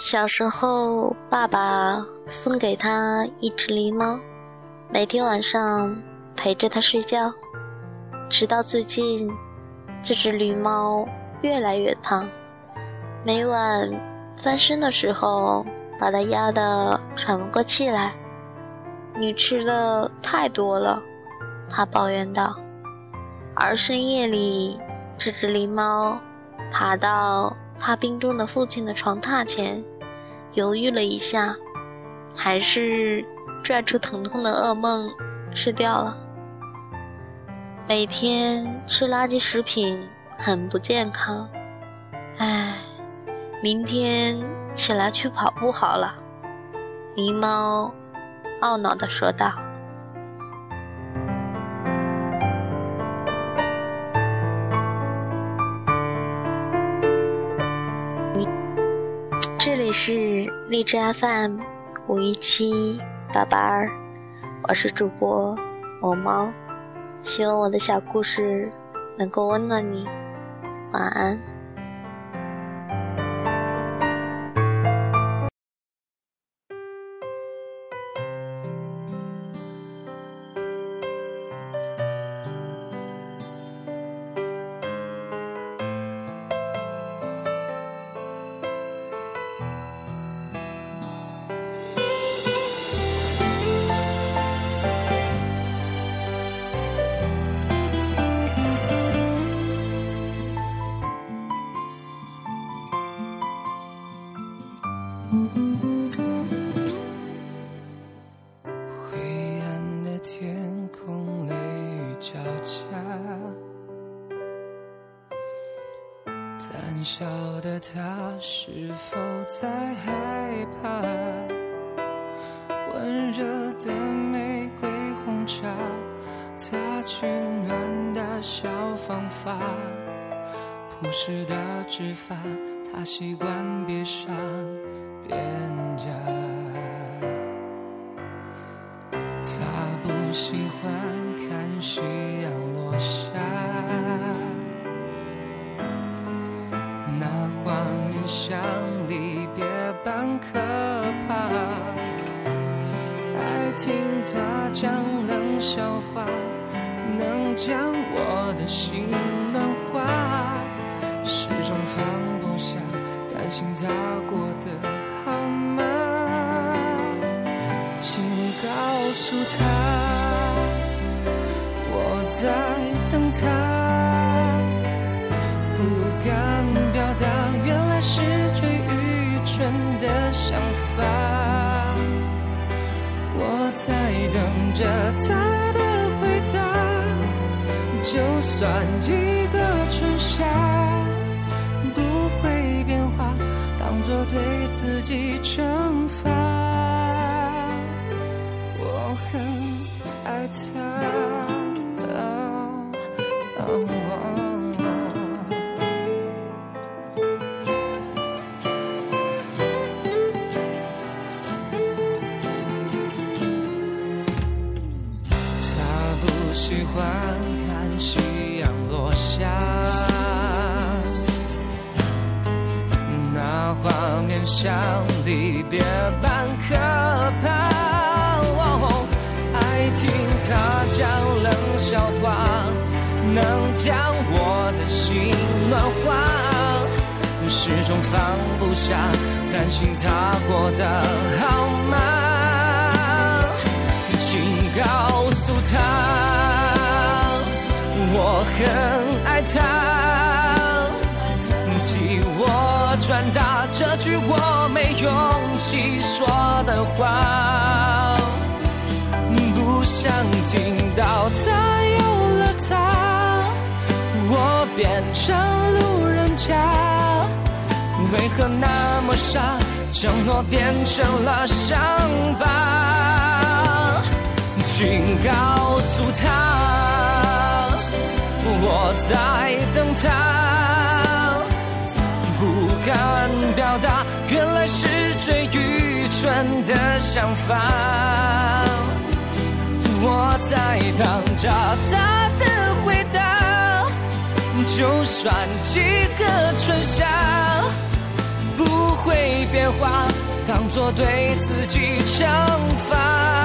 小时候，爸爸送给他一只狸猫，每天晚上陪着他睡觉。直到最近，这只狸猫越来越胖，每晚翻身的时候把它压得喘不过气来。你吃的太多了，他抱怨道。而深夜里，这只狸猫爬到他病重的父亲的床榻前，犹豫了一下，还是拽出疼痛的噩梦吃掉了。每天吃垃圾食品很不健康，明天起来去跑步好了，狸猫懊恼地说道。这里是荔枝 FM 517-882，我是主播某猫，希望我的小故事能够温暖你，晚安。 灰暗的天空，雷雨交加，胆小的他是否在害怕？温热的玫瑰红茶，他取暖的小方法，朴实的指法，他习惯别上边架。他不喜欢看夕阳落下，那画面像离别般可怕。爱听他讲冷笑话，能将我的心暖化，始终放不下，担心他过得好吗？请告诉他，我在等他，不敢表达，原来是最愚蠢的想法。我在等着他的回答，就算几个春夏不会变化，当作对自己惩罚。我很爱他，他不喜欢看夕阳落下，那画面像离别般可怕。爱听他讲冷笑话，能将我的心暖化，始终放不下，担心他过得好吗？请告诉他，我很爱他，替我传达这句我没勇气说的话。不想听到他有了他，我变成路人甲，为何那么傻，承诺变成了伤疤。请告诉他，我在等他，不敢表达，原来是最愚蠢的想法。我在等着他的回答，就算几个春夏不会变化， 作对自己惩罚。